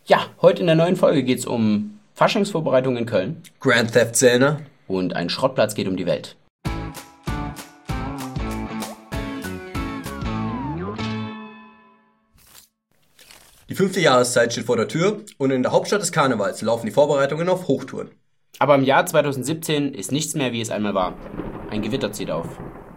Ja, heute in der neuen Folge geht es um Faschingsvorbereitungen in Köln. Grand Theft Zellner. Und ein Schrottplatz geht um die Welt. Die 5. Jahreszeit steht vor der Tür und in der Hauptstadt des Karnevals laufen die Vorbereitungen auf Hochtouren. Aber im Jahr 2017 ist nichts mehr, wie es einmal war. Ein Gewitter zieht auf.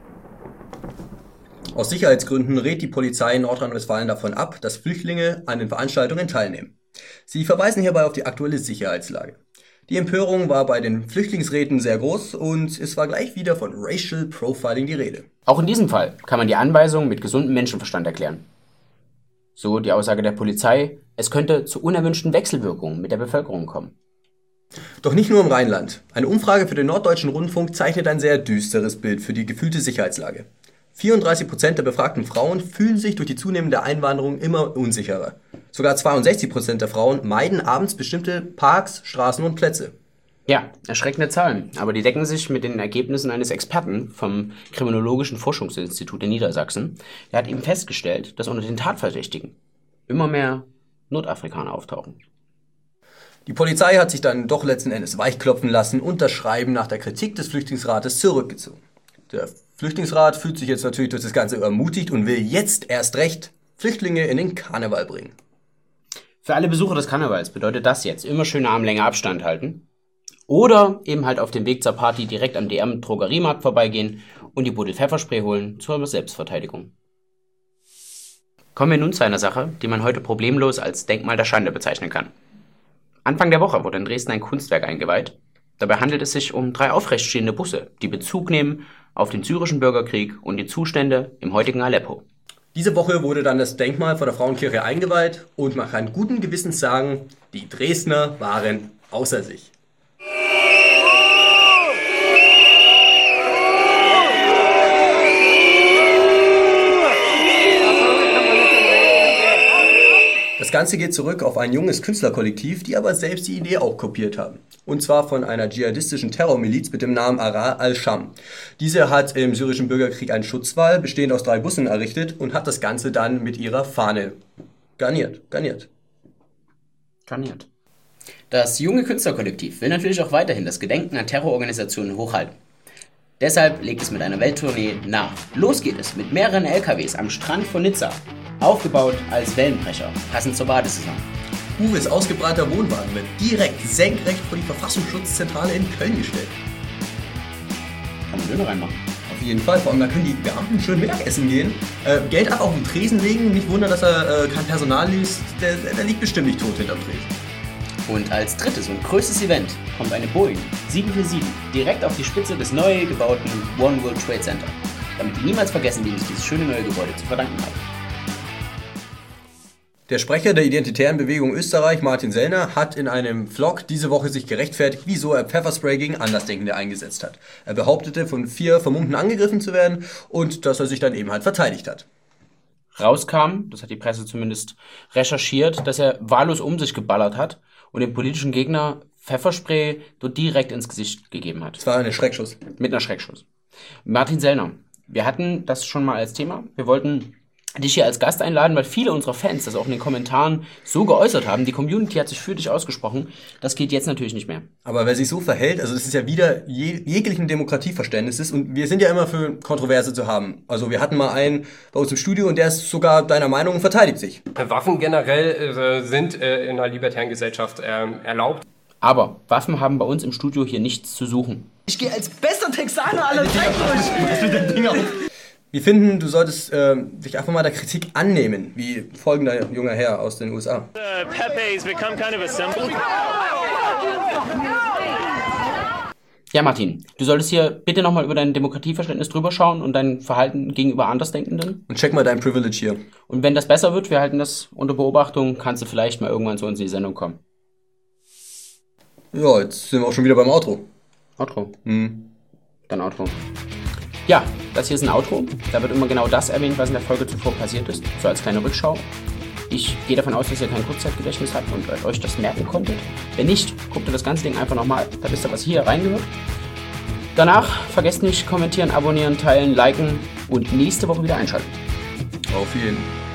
Aus Sicherheitsgründen rät die Polizei in Nordrhein-Westfalen davon ab, dass Flüchtlinge an den Veranstaltungen teilnehmen. Sie verweisen hierbei auf die aktuelle Sicherheitslage. Die Empörung war bei den Flüchtlingsräten sehr groß und es war gleich wieder von Racial Profiling die Rede. Auch in diesem Fall kann man die Anweisung mit gesundem Menschenverstand erklären. So die Aussage der Polizei, es könnte zu unerwünschten Wechselwirkungen mit der Bevölkerung kommen. Doch nicht nur im Rheinland. Eine Umfrage für den Norddeutschen Rundfunk zeichnet ein sehr düsteres Bild für die gefühlte Sicherheitslage. 34% der befragten Frauen fühlen sich durch die zunehmende Einwanderung immer unsicherer. Sogar 62% der Frauen meiden abends bestimmte Parks, Straßen und Plätze. Ja, erschreckende Zahlen, aber die decken sich mit den Ergebnissen eines Experten vom Kriminologischen Forschungsinstitut in Niedersachsen. Der hat eben festgestellt, dass unter den Tatverdächtigen immer mehr Nordafrikaner auftauchen. Die Polizei hat sich dann doch letzten Endes weichklopfen lassen und das Schreiben nach der Kritik des Flüchtlingsrates zurückgezogen. Der Flüchtlingsrat fühlt sich jetzt natürlich durch das Ganze ermutigt und will jetzt erst recht Flüchtlinge in den Karneval bringen. Für alle Besucher des Karnevals bedeutet das jetzt immer schöne Armlänge Abstand halten oder eben halt auf dem Weg zur Party direkt am DM-Drogeriemarkt vorbeigehen und die Buddel Pfefferspray holen zur Selbstverteidigung. Kommen wir nun zu einer Sache, die man heute problemlos als Denkmal der Schande bezeichnen kann. Anfang der Woche wurde in Dresden ein Kunstwerk eingeweiht. Dabei handelt es sich um 3 aufrechtstehende Busse, die Bezug nehmen auf den syrischen Bürgerkrieg und die Zustände im heutigen Aleppo. Diese Woche wurde dann das Denkmal vor der Frauenkirche eingeweiht und man kann guten Gewissens sagen, die Dresdner waren außer sich. Das Ganze geht zurück auf ein junges Künstlerkollektiv, die aber selbst die Idee auch kopiert haben. Und zwar von einer dschihadistischen Terrormiliz mit dem Namen Ahrar al-Sham. Diese hat im syrischen Bürgerkrieg einen Schutzwall, bestehend aus 3 Bussen, errichtet und hat das Ganze dann mit ihrer Fahne garniert. Das junge Künstlerkollektiv will natürlich auch weiterhin das Gedenken an Terrororganisationen hochhalten. Deshalb legt es mit einer Welttournee nach. Los geht es mit mehreren LKWs am Strand von Nizza. Aufgebaut als Wellenbrecher, passend zur Badesaison. Uwes ausgebrannter Wohnwagen wird direkt senkrecht vor die Verfassungsschutzzentrale in Köln gestellt. Kann man Döner reinmachen. Auf jeden Fall, vor allem da können die Beamten schön Mittagessen gehen, Geld ab auf den Tresen legen, nicht wundern, dass er kein Personal liest, der liegt bestimmt nicht tot hinterm Tresen. Und als drittes und größtes Event kommt eine Boeing 747 direkt auf die Spitze des neu gebauten One World Trade Center, damit die niemals vergessen, wem sich dieses schöne neue Gebäude zu verdanken hat. Der Sprecher der Identitären Bewegung Österreich, Martin Sellner, hat in einem Vlog diese Woche sich gerechtfertigt, wieso er Pfefferspray gegen Andersdenkende eingesetzt hat. Er behauptete, von 4 Vermummten angegriffen zu werden und dass er sich dann eben halt verteidigt hat. Rauskam, das hat die Presse zumindest recherchiert, dass er wahllos um sich geballert hat und dem politischen Gegner Pfefferspray dort direkt ins Gesicht gegeben hat. Es war ein Schreckschuss. Mit einer Schreckschuss. Martin Sellner, wir hatten das schon mal als Thema. Wir wollten dich hier als Gast einladen, weil viele unserer Fans das auch in den Kommentaren so geäußert haben. Die Community hat sich für dich ausgesprochen. Das geht jetzt natürlich nicht mehr. Aber wer sich so verhält, also das ist ja wieder jeglichen Demokratieverständnisses und wir sind ja immer für Kontroverse zu haben. Also wir hatten mal einen bei uns im Studio und der ist sogar deiner Meinung und verteidigt sich. Waffen generell sind in einer libertären Gesellschaft erlaubt. Aber Waffen haben bei uns im Studio hier nichts zu suchen. Ich gehe als bester Texaner aller Zeiten durch. Was mit dem Ding auf? Wir finden, du solltest dich einfach mal der Kritik annehmen, wie folgender junger Herr aus den USA. Pepe's become kind of a symbol. Ja, Martin, du solltest hier bitte nochmal über dein Demokratieverständnis drüber schauen und dein Verhalten gegenüber Andersdenkenden. Und check mal dein Privilege hier. Und wenn das besser wird, wir halten das unter Beobachtung, kannst du vielleicht mal irgendwann zu uns in die Sendung kommen. Ja, jetzt sind wir auch schon wieder beim Outro. Outro? Dann Outro. Ja, das hier ist ein Outro. Da wird immer genau das erwähnt, was in der Folge zuvor passiert ist. So als kleine Rückschau. Ich gehe davon aus, dass ihr kein Kurzzeitgedächtnis habt und euch das merken konntet. Wenn nicht, guckt ihr das ganze Ding einfach nochmal. Da wisst ihr, was hier reingehört. Danach vergesst nicht, kommentieren, abonnieren, teilen, liken und nächste Woche wieder einschalten. Auf jeden Fall.